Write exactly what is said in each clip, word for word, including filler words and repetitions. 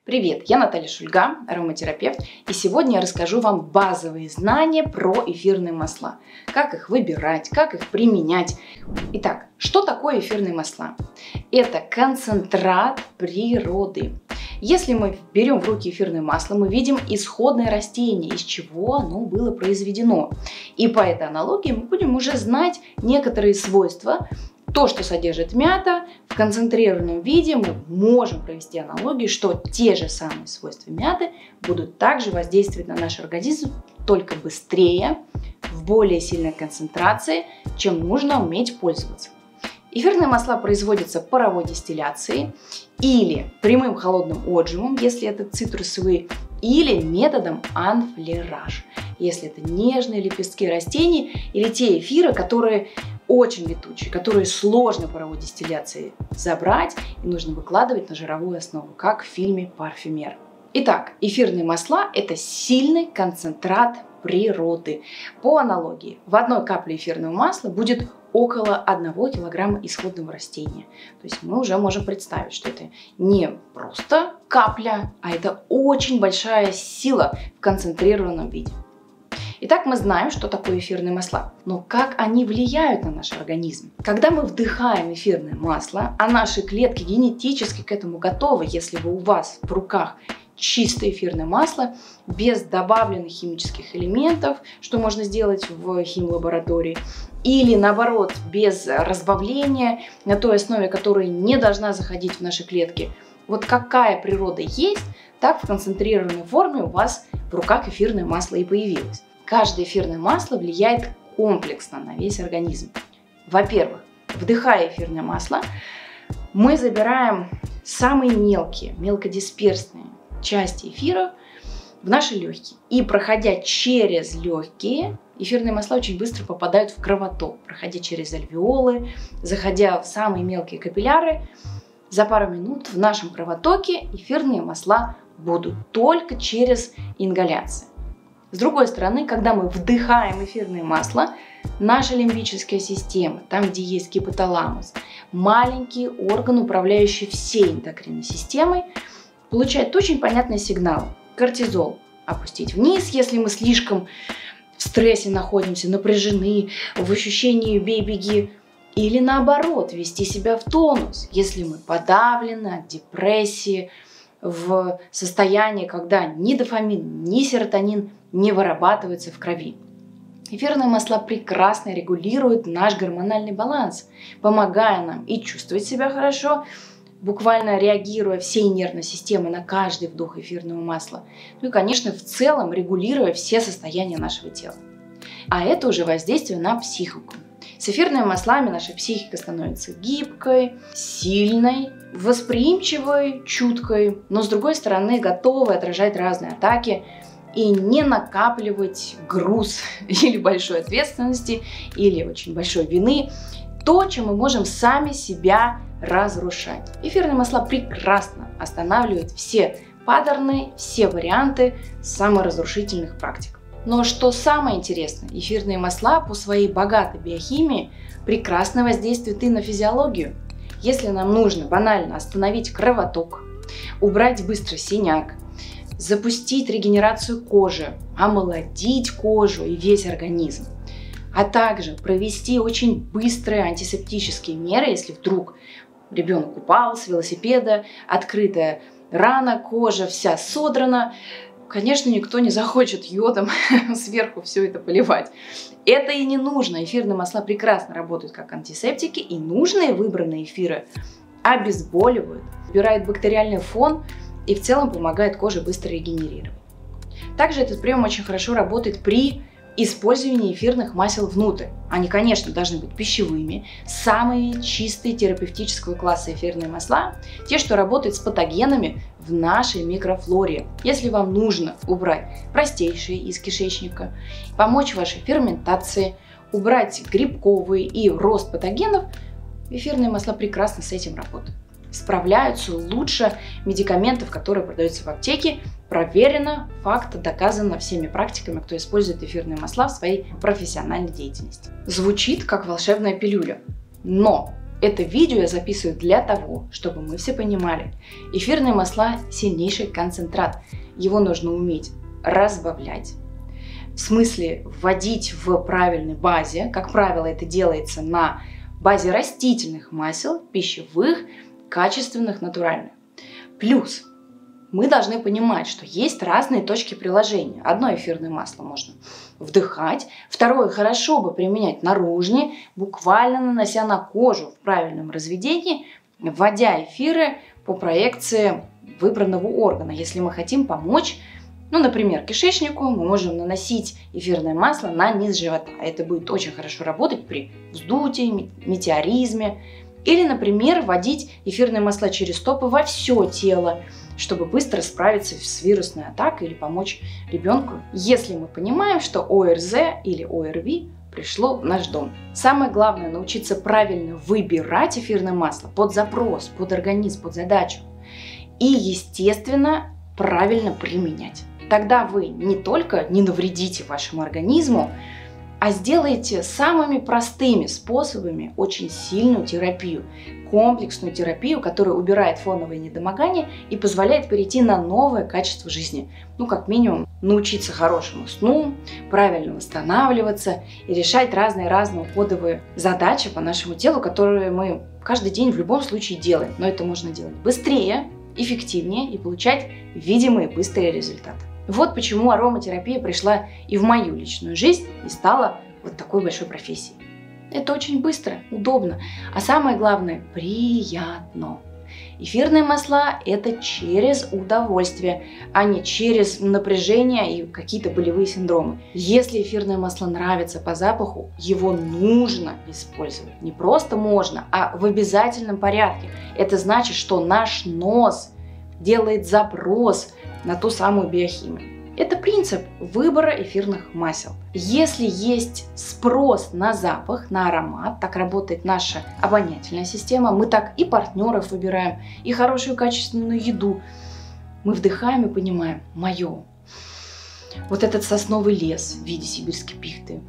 Привет, я Наталья Шульга, ароматерапевт, и сегодня я расскажу вам базовые знания про эфирные масла. Как их выбирать, как их применять. Итак, что такое эфирные масла? Это концентрат природы. Если мы берем в руки эфирное масло, мы видим исходное растение, из чего оно было произведено. И по этой аналогии мы будем уже знать некоторые свойства. То, что содержит мята, в концентрированном виде мы можем провести аналогию, что те же самые свойства мяты будут также воздействовать на наш организм, только быстрее, в более сильной концентрации, чем нужно уметь пользоваться. Эфирные масла производятся паровой дистилляцией или прямым холодным отжимом, если это цитрусовые, или методом анфлераж, если это нежные лепестки растений или те эфиры, которые очень летучие, которые сложно паровой дистилляцией забрать и нужно выкладывать на жировую основу, как в фильме «Парфюмер». Итак, эфирные масла – это сильный концентрат природы. По аналогии, в одной капле эфирного масла будет около одного килограмма исходного растения. То есть мы уже можем представить, что это не просто капля, а это очень большая сила в концентрированном виде. Итак, мы знаем, что такое эфирные масла, но как они влияют на наш организм. Когда мы вдыхаем эфирное масло, а наши клетки генетически к этому готовы, если вы у вас в руках чистое эфирное масло, без добавленных химических элементов, что можно сделать в химлаборатории, или наоборот, без разбавления на той основе, которая не должна заходить в наши клетки. Вот какая природа есть, так в концентрированной форме у вас в руках эфирное масло и появилось. Каждое эфирное масло влияет комплексно на весь организм. Во-первых, вдыхая эфирное масло, мы забираем самые мелкие, мелкодисперсные части эфира в наши легкие. И проходя через легкие, эфирные масла очень быстро попадают в кровоток. Проходя через альвеолы, заходя в самые мелкие капилляры, за пару минут в нашем кровотоке эфирные масла будут только через ингаляцию. С другой стороны, когда мы вдыхаем эфирное масло, наша лимбическая система, там, где есть гипоталамус, маленький орган, управляющий всей эндокринной системой, получает очень понятный сигнал. Кортизол опустить вниз, если мы слишком в стрессе находимся, напряжены, в ощущении бей-беги. Или наоборот, ввести себя в тонус, если мы подавлены от депрессии, в состоянии, когда ни дофамин, ни серотонин не вырабатываются в крови. Эфирные масла прекрасно регулируют наш гормональный баланс, помогая нам и чувствовать себя хорошо, буквально реагируя всей нервной системой на каждый вдох эфирного масла. Ну и, конечно, в целом регулируя все состояния нашего тела. А это уже воздействие на психику. С эфирными маслами наша психика становится гибкой, сильной, восприимчивой, чуткой, но с другой стороны готовой отражать разные атаки и не накапливать груз или большой ответственности, или очень большой вины, то, чем мы можем сами себя разрушать. Эфирные масла прекрасно останавливают все паттерны, все варианты саморазрушительных практик. Но что самое интересное, эфирные масла по своей богатой биохимии прекрасно воздействуют и на физиологию. Если нам нужно банально остановить кровоток, убрать быстро синяк, запустить регенерацию кожи, омолодить кожу и весь организм, а также провести очень быстрые антисептические меры, если вдруг ребенок упал с велосипеда, открытая рана, кожа вся содрана, конечно, никто не захочет йодом сверху все это поливать. Это и не нужно. Эфирные масла прекрасно работают как антисептики, и нужные выбранные эфиры обезболивают, убирают бактериальный фон и в целом помогают коже быстро регенерировать. Также этот прием очень хорошо работает при использовании эфирных масел внутрь. Они, конечно, должны быть пищевыми. Самые чистые терапевтического класса эфирные масла, те, что работают с патогенами в нашей микрофлоре. Если вам нужно убрать простейшие из кишечника, помочь вашей ферментации, убрать грибковые и рост патогенов, эфирные масла прекрасно с этим работают. Справляются лучше медикаментов, которые продаются в аптеке. Проверено, факт доказано всеми практиками, кто использует эфирные масла в своей профессиональной деятельности. Звучит как волшебная пилюля, но Это видео я записываю для того, чтобы мы все понимали, эфирные масла – сильнейший концентрат. Его нужно уметь разбавлять, в смысле вводить в правильной базе. Как правило, это делается на базе растительных масел, пищевых, качественных, натуральных. Плюс мы должны понимать, что есть разные точки приложения. Одно эфирное масло можно вдыхать, второе хорошо бы применять наружнее, буквально нанося на кожу в правильном разведении, вводя эфиры по проекции выбранного органа. Если мы хотим помочь, ну, например, кишечнику, мы можем наносить эфирное масло на низ живота. Это будет очень хорошо работать при вздутии, метеоризме. Или, например, вводить эфирные масла через стопы во все тело, чтобы быстро справиться с вирусной атакой или помочь ребенку, если мы понимаем, что ОРЗ или ОРВИ пришло в наш дом. Самое главное – научиться правильно выбирать эфирное масло под запрос, под организм, под задачу. И, естественно, правильно применять. Тогда вы не только не навредите вашему организму, а сделаете самыми простыми способами очень сильную терапию, комплексную терапию, которая убирает фоновое недомогание и позволяет перейти на новое качество жизни. Ну, как минимум, научиться хорошему сну, правильно восстанавливаться и решать разные-разные уходовые задачи по нашему телу, которые мы каждый день в любом случае делаем. Но это можно делать быстрее, эффективнее и получать видимые быстрые результаты. Вот почему ароматерапия пришла и в мою личную жизнь и стала вот такой большой профессией. Это очень быстро, удобно, а самое главное – приятно. Эфирные масла – это через удовольствие, а не через напряжение и какие-то болевые синдромы. Если эфирное масло нравится по запаху, его нужно использовать. Не просто можно, а в обязательном порядке. Это значит, что наш нос делает запрос на ту самую биохимию. Это принцип выбора эфирных масел. Если есть спрос на запах, на аромат, так работает наша обонятельная система, мы так и партнеров выбираем, и хорошую качественную еду. Мы вдыхаем и понимаем, мое. Вот этот сосновый лес в виде сибирской пихты.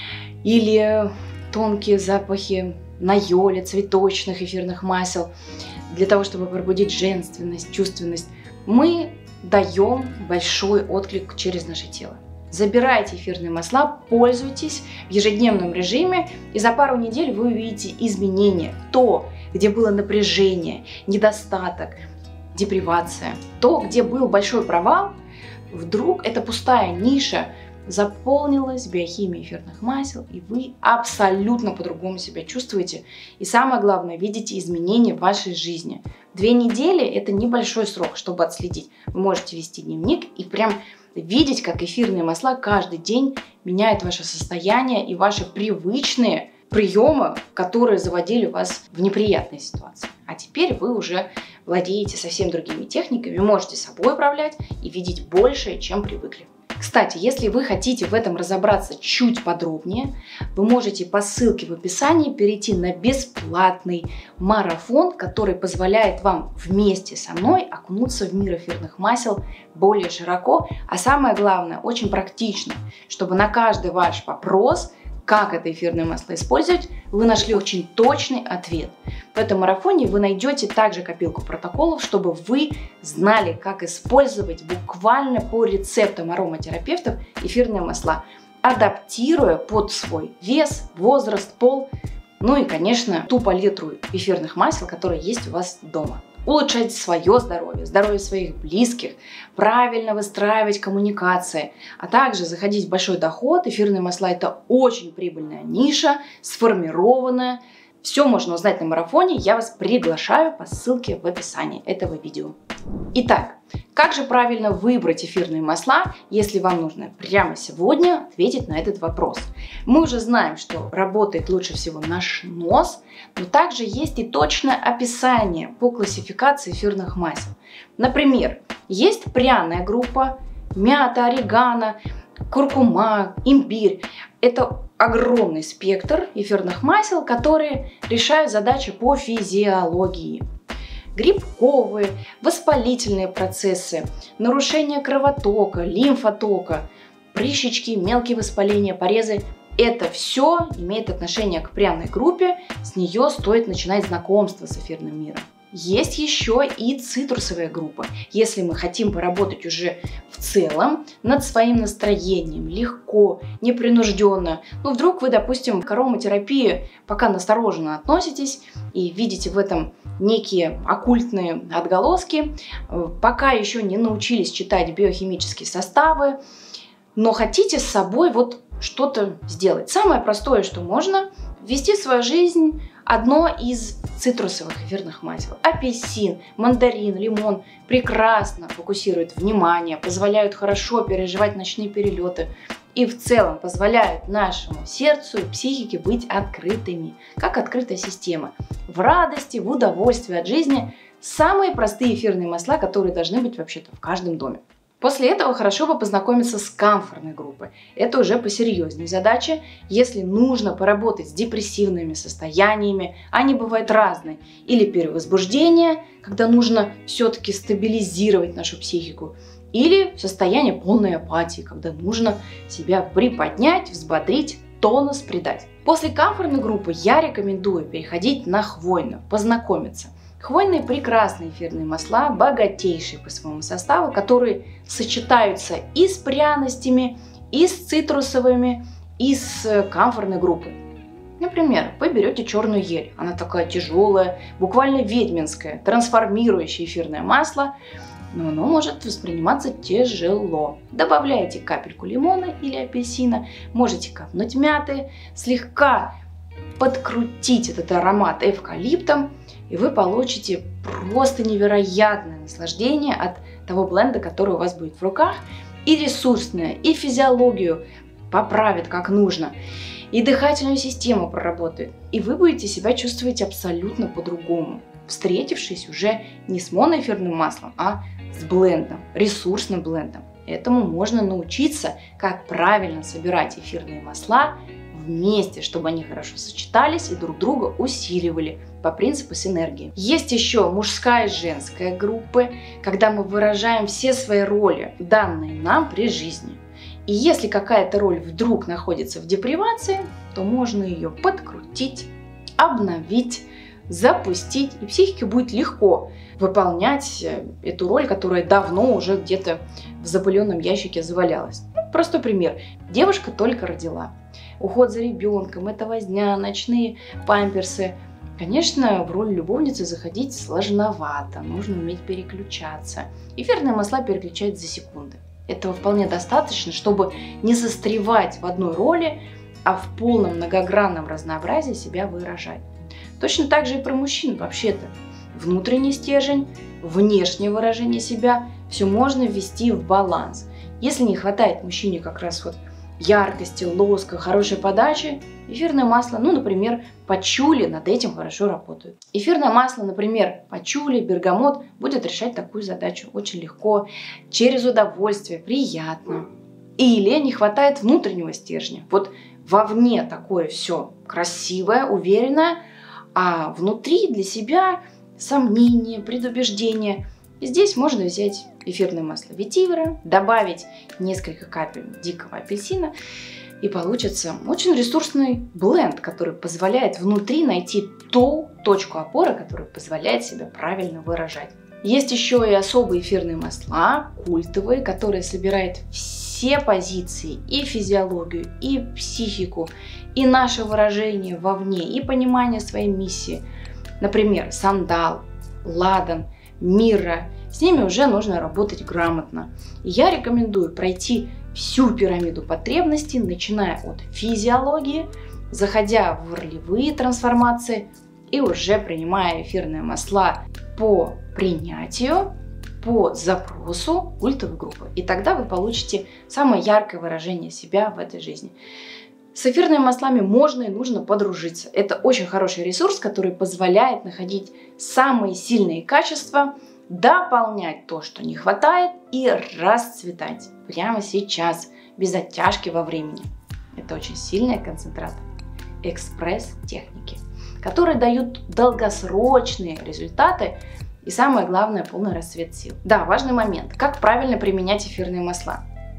Или тонкие запахи найоля, цветочных эфирных масел. Для того, чтобы пробудить женственность, чувственность, мы даем большой отклик через наше тело. Забирайте эфирные масла, пользуйтесь в ежедневном режиме, и за пару недель вы увидите изменения. То, где было напряжение, недостаток, депривация, то, где был большой провал, вдруг эта пустая ниша заполнилась биохимией эфирных масел, и вы абсолютно по-другому себя чувствуете. И самое главное, видите изменения в вашей жизни. Две недели – это небольшой срок, чтобы отследить. Вы можете вести дневник и прям видеть, как эфирные масла каждый день меняют ваше состояние и ваши привычные приемы, которые заводили вас в неприятные ситуации. А теперь вы уже владеете совсем другими техниками, можете собой управлять и видеть большее, чем привыкли. Кстати, если вы хотите в этом разобраться чуть подробнее, вы можете по ссылке в описании перейти на бесплатный марафон, который позволяет вам вместе со мной окунуться в мир эфирных масел более широко, а самое главное, очень практично, чтобы на каждый ваш вопрос, как это эфирное масло использовать, вы нашли очень точный ответ. В этом марафоне вы найдете также копилку протоколов, чтобы вы знали, как использовать буквально по рецептам ароматерапевтов эфирные масла, адаптируя под свой вес, возраст, пол, ну и, конечно, ту палитру эфирных масел, которые есть у вас дома. Улучшать свое здоровье, здоровье своих близких, правильно выстраивать коммуникации, а также заходить в большой доход. Эфирные масла – это очень прибыльная ниша, сформированная. Все можно узнать на марафоне, я вас приглашаю по ссылке в описании этого видео. Итак, как же правильно выбрать эфирные масла, если вам нужно прямо сегодня ответить на этот вопрос? Мы уже знаем, что работает лучше всего наш нос, но также есть и точное описание по классификации эфирных масел. Например, есть пряная группа, мята, орегано, куркума, имбирь. Это огромный спектр эфирных масел, которые решают задачи по физиологии. Грибковые, воспалительные процессы, нарушение кровотока, лимфотока, прыщички, мелкие воспаления, порезы Это все имеет отношение к пряной группе, с нее стоит начинать знакомство с эфирным миром. Есть еще и цитрусовая группа. Если мы хотим поработать уже в целом над своим настроением, легко, непринужденно, ну вдруг вы, допустим, к ароматерапии пока настороженно относитесь и видите в этом некие оккультные отголоски, пока еще не научились читать биохимические составы, но хотите с собой вот что-то сделать. Самое простое, что можно, ввести в свою жизнь одно из цитрусовых эфирных масел. Апельсин, мандарин, лимон прекрасно фокусируют внимание, позволяют хорошо переживать ночные перелеты и в целом позволяют нашему сердцу и психике быть открытыми, как открытая система. В радости, в удовольствии от жизни самые простые эфирные масла, которые должны быть вообще-то в каждом доме. После этого хорошо бы познакомиться с камфорной группой. Это уже посерьезнее задача, если нужно поработать с депрессивными состояниями, они бывают разные, или перевозбуждение, когда нужно все-таки стабилизировать нашу психику, или состояние полной апатии, когда нужно себя приподнять, взбодрить, тонус придать. После камфорной группы я рекомендую переходить на хвойную, познакомиться. Хвойные прекрасные эфирные масла, богатейшие по своему составу, которые сочетаются и с пряностями, и с цитрусовыми, и с камфорной группой. Например, вы берете черную ель, она такая тяжелая, буквально ведьминская, трансформирующее эфирное масло, но оно может восприниматься тяжело. Добавляете капельку лимона или апельсина, можете капнуть мяты, слегка подкрутить этот аромат эвкалиптом, и вы получите просто невероятное наслаждение от того бленда, который у вас будет в руках, и ресурсное, и физиологию поправит как нужно, и дыхательную систему проработает, и вы будете себя чувствовать абсолютно по-другому, встретившись уже не с моноэфирным маслом, а с блендом, ресурсным блендом. Этому можно научиться, как правильно собирать эфирные масла вместе, чтобы они хорошо сочетались и друг друга усиливали по принципу синергии. Есть еще мужская и женская группы, когда мы выражаем все свои роли, данные нам при жизни. И если какая-то роль вдруг находится в депривации, то можно ее подкрутить, обновить, запустить, и психике будет легко выполнять эту роль, которая давно уже где-то в запыленном ящике завалялась. Простой пример. Девушка только родила. Уход за ребенком, это возня, ночные памперсы. Конечно, в роль любовницы заходить сложновато, нужно уметь переключаться. Эфирные масла переключают за секунды. Этого вполне достаточно, чтобы не застревать в одной роли, а в полном многогранном разнообразии себя выражать. Точно так же и про мужчин вообще-то. Внутренний стержень, внешнее выражение себя, все можно ввести в баланс. Если не хватает мужчине как раз вот яркости, лоска, хорошей подачи, эфирное масло, ну, например, пачули над этим хорошо работают. Эфирное масло, например, пачули, бергамот будет решать такую задачу очень легко, через удовольствие, приятно. Или не хватает внутреннего стержня. Вот вовне такое все красивое, уверенное, а внутри для себя сомнения, предубеждения. И здесь можно взять эфирное масло ветивера, добавить несколько капель дикого апельсина, и получится очень ресурсный бленд, который позволяет внутри найти ту точку опоры, которая позволяет себя правильно выражать. Есть еще и особые эфирные масла, культовые, которые собирают все позиции, и физиологию, и психику, и наше выражение вовне, и понимание своей миссии. Например, сандал, ладан, мирра. С ними уже нужно работать грамотно. И я рекомендую пройти всю пирамиду потребностей, начиная от физиологии, заходя в ролевые трансформации и уже принимая эфирные масла по принятию, по запросу культовой группы. И тогда вы получите самое яркое выражение себя в этой жизни. С эфирными маслами можно и нужно подружиться. Это очень хороший ресурс, который позволяет находить самые сильные качества, дополнять то, что не хватает, и расцветать прямо сейчас, без оттяжки во времени. Это очень сильный концентратор экспресс-техники, которые дают долгосрочные результаты и, самое главное, полный расцвет сил. Да, важный момент. Как правильно применять эфирные масла?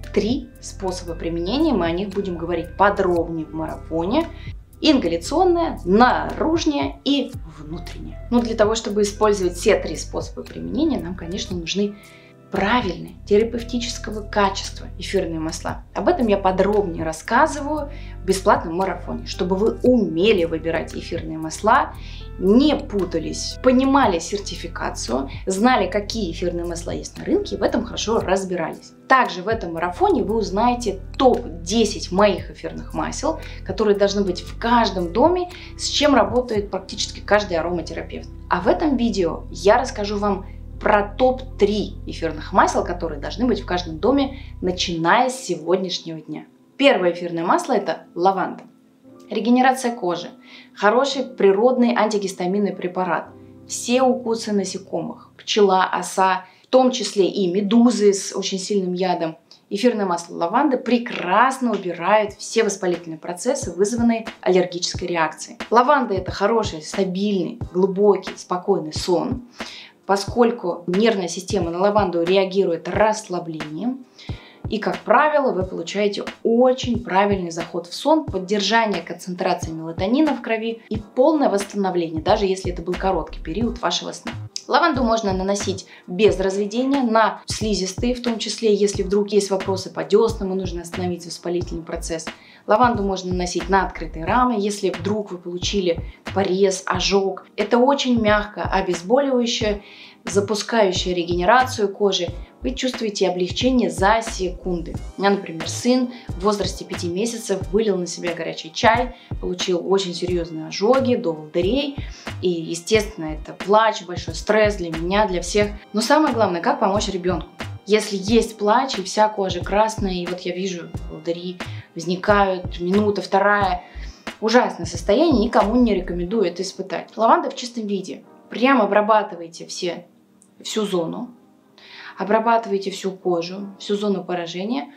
три способа применения, мы о них будем говорить подробнее в марафоне. Ингаляционная, наружная и внутренняя. Но для того, чтобы использовать все три способа применения, нам, конечно, нужны правильные, терапевтического качества эфирные масла. Об этом я подробнее рассказываю в бесплатном марафоне, чтобы вы умели выбирать эфирные масла, не путались, понимали сертификацию, знали, какие эфирные масла есть на рынке, и в этом хорошо разбирались. Также в этом марафоне вы узнаете топ десять моих эфирных масел, которые должны быть в каждом доме, с чем работает практически каждый ароматерапевт. А в этом видео я расскажу вам про топ три эфирных масел, которые должны быть в каждом доме, начиная с сегодняшнего дня. Первое эфирное масло – это лаванда. Регенерация кожи. Хороший природный антигистаминный препарат. Все укусы насекомых, пчела, оса, в том числе и медузы с очень сильным ядом. Эфирное масло лаванды прекрасно убирает все воспалительные процессы, вызванные аллергической реакцией. Лаванда – это хороший, стабильный, глубокий, спокойный сон, поскольку нервная система на лаванду реагирует расслаблением. И, как правило, вы получаете очень правильный заход в сон, поддержание концентрации мелатонина в крови и полное восстановление, даже если это был короткий период вашего сна. Лаванду можно наносить без разведения на слизистые, в том числе, если вдруг есть вопросы по деснам и нужно остановить воспалительный процесс. Лаванду можно наносить на открытые рамы, если вдруг вы получили порез, ожог. Это очень мягко, обезболивающее, запускающее регенерацию кожи. Вы чувствуете облегчение за секунды. У меня, например, сын в возрасте пяти месяцев вылил на себя горячий чай, получил очень серьезные ожоги до волдырей. И, естественно, это плач, большой стресс для меня, для всех. Но самое главное, как помочь ребенку. Если есть плач и вся кожа красная, и вот я вижу, волдыри возникают, минута, вторая, ужасное состояние, никому не рекомендую это испытать. Лаванда в чистом виде. Прямо обрабатывайте все, всю зону. Обрабатываете всю кожу, всю зону поражения.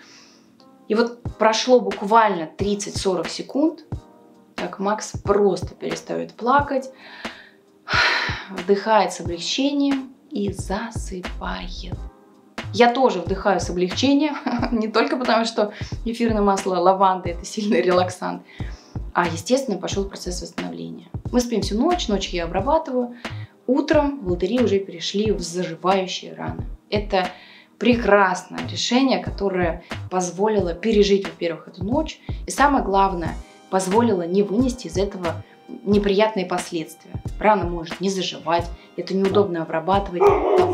И вот прошло буквально тридцать-сорок секунд, как Макс просто перестает плакать, вдыхает с облегчением и засыпает. Я тоже вдыхаю с облегчением, не только потому, что эфирное масло лаванды – это сильный релаксант, а, естественно, пошел процесс восстановления. Мы спим всю ночь, ночью я обрабатываю. Утром волдыри уже перешли в заживающие раны. Это прекрасное решение, которое позволило пережить, во-первых, эту ночь. И самое главное, позволило не вынести из этого неприятные последствия. Рана может не заживать, это неудобно обрабатывать.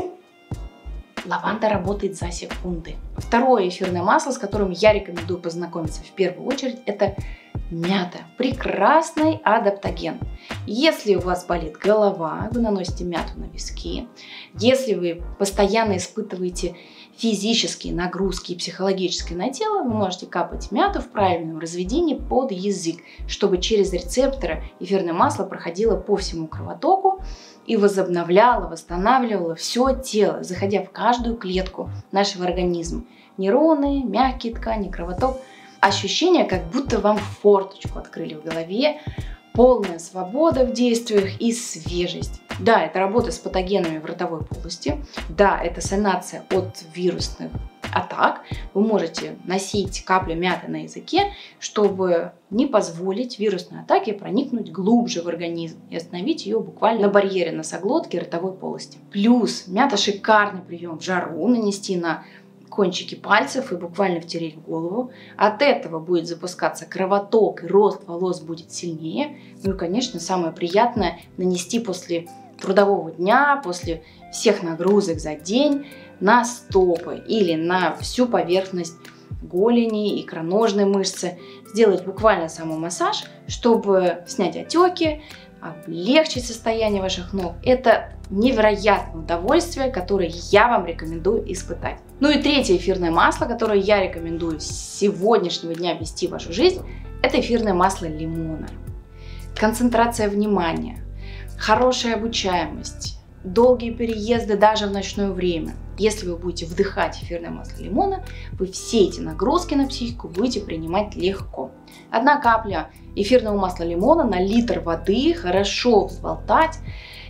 Лаванда работает за секунды. Второе эфирное масло, с которым я рекомендую познакомиться в первую очередь, это мята. Прекрасный адаптоген. Если у вас болит голова, вы наносите мяту на виски. Если вы постоянно испытываете физические нагрузки и психологические на тело, вы можете капать мяту в правильном разведении под язык, чтобы через рецепторы эфирное масло проходило по всему кровотоку и возобновляло, восстанавливало все тело, заходя в каждую клетку нашего организма. Нейроны, мягкие ткани, кровоток. Ощущение, как будто вам форточку открыли в голове, полная свобода в действиях и свежесть. Да, это работа с патогенами в ротовой полости. Да, это санация от вирусных атак. Вы можете носить каплю мяты на языке, чтобы не позволить вирусной атаке проникнуть глубже в организм и остановить ее буквально на барьере носоглотки и ротовой полости. Плюс мята шикарный прием в жару нанести на кончики пальцев и буквально втереть в голову. От этого будет запускаться кровоток, и рост волос будет сильнее. Ну и, конечно, самое приятное нанести после трудового дня, после всех нагрузок за день на стопы или на всю поверхность голени, икроножной мышцы. Сделать буквально самомассаж, чтобы снять отеки, облегчить состояние ваших ног. Это невероятное удовольствие, которое я вам рекомендую испытать. Ну и третье эфирное масло, которое я рекомендую с сегодняшнего дня ввести в вашу жизнь, это эфирное масло лимона. Концентрация внимания, хорошая обучаемость, долгие переезды даже в ночное время. Если вы будете вдыхать эфирное масло лимона, вы все эти нагрузки на психику будете принимать легко. Одна капля эфирного масла лимона на литр воды хорошо взболтать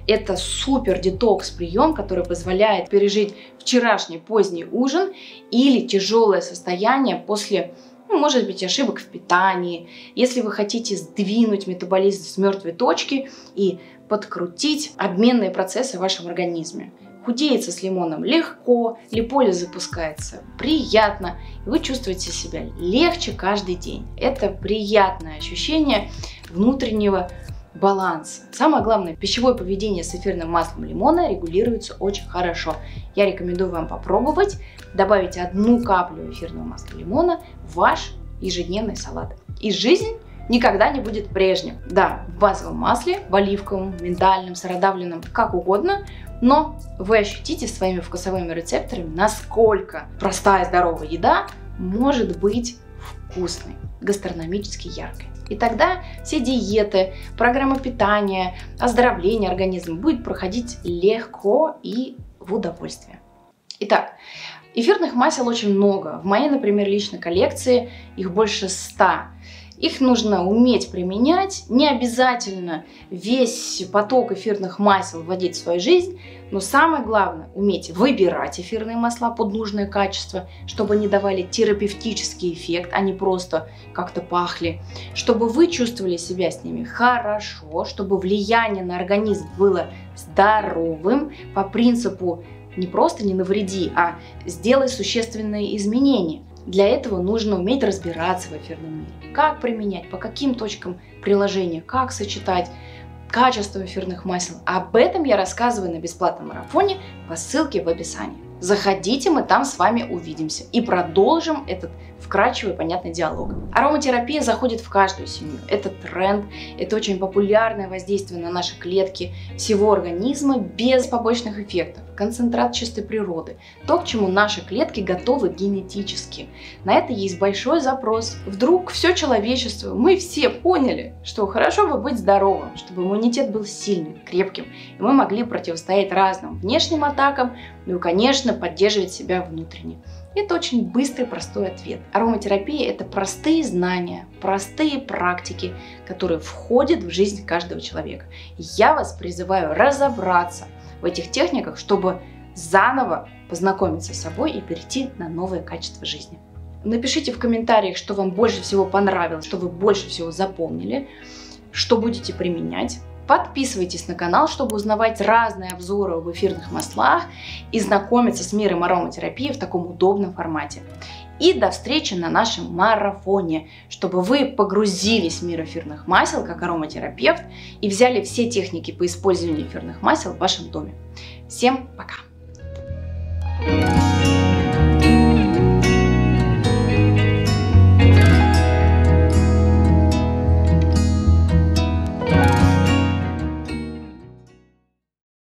Это супер детокс прием, который позволяет пережить вчерашний поздний ужин или тяжелое состояние после, ну, может быть, ошибок в питании. Если вы хотите сдвинуть метаболизм с мертвой точки и подкрутить обменные процессы в вашем организме. Худеется с лимоном легко, липолиз запускается приятно, и вы чувствуете себя легче каждый день. Это приятное ощущение внутреннего баланса. Самое главное, пищевое поведение с эфирным маслом лимона регулируется очень хорошо. Я рекомендую вам попробовать добавить одну каплю эфирного масла лимона в ваш ежедневный салат. И жизнь никогда не будет прежним. Да, в базовом масле, в оливковом, миндальном, сыродавленном, как угодно, но вы ощутите своими вкусовыми рецепторами, насколько простая здоровая еда может быть вкусной, гастрономически яркой. И тогда все диеты, программа питания, оздоровление организма будет проходить легко и в удовольствие. Итак, эфирных масел очень много. В моей, например, личной коллекции их больше ста. Их нужно уметь применять, не обязательно весь поток эфирных масел вводить в свою жизнь, но самое главное – уметь выбирать эфирные масла под нужное качество, чтобы они давали терапевтический эффект, а не просто как-то пахли, чтобы вы чувствовали себя с ними хорошо, чтобы влияние на организм было здоровым, по принципу не просто не навреди, а сделай существенные изменения. Для этого нужно уметь разбираться в эфирном мире. Как применять, по каким точкам приложения, как сочетать качество эфирных масел. Об этом я рассказываю на бесплатном марафоне по ссылке в описании. Заходите, мы там с вами увидимся и продолжим этот вкрадчивый, понятный диалог. Ароматерапия заходит в каждую семью. Это тренд, это очень популярное воздействие на наши клетки всего организма без побочных эффектов. Концентрат чистой природы. То, к чему наши клетки готовы генетически. На это есть большой запрос. Вдруг все человечество, мы все поняли, что хорошо бы быть здоровым, чтобы иммунитет был сильным, крепким, и мы могли противостоять разным внешним атакам, ну и, конечно, поддерживать себя внутренне. Это очень быстрый, простой ответ. Ароматерапия – это простые знания, простые практики, которые входят в жизнь каждого человека. Я вас призываю разобраться в этих техниках, чтобы заново познакомиться с собой и перейти на новое качество жизни. Напишите в комментариях, что вам больше всего понравилось, что вы больше всего запомнили, что будете применять. Подписывайтесь на канал, чтобы узнавать разные обзоры об эфирных маслах и знакомиться с миром ароматерапии в таком удобном формате. И до встречи на нашем марафоне, чтобы вы погрузились в мир эфирных масел как ароматерапевт и взяли все техники по использованию эфирных масел в вашем доме. Всем пока!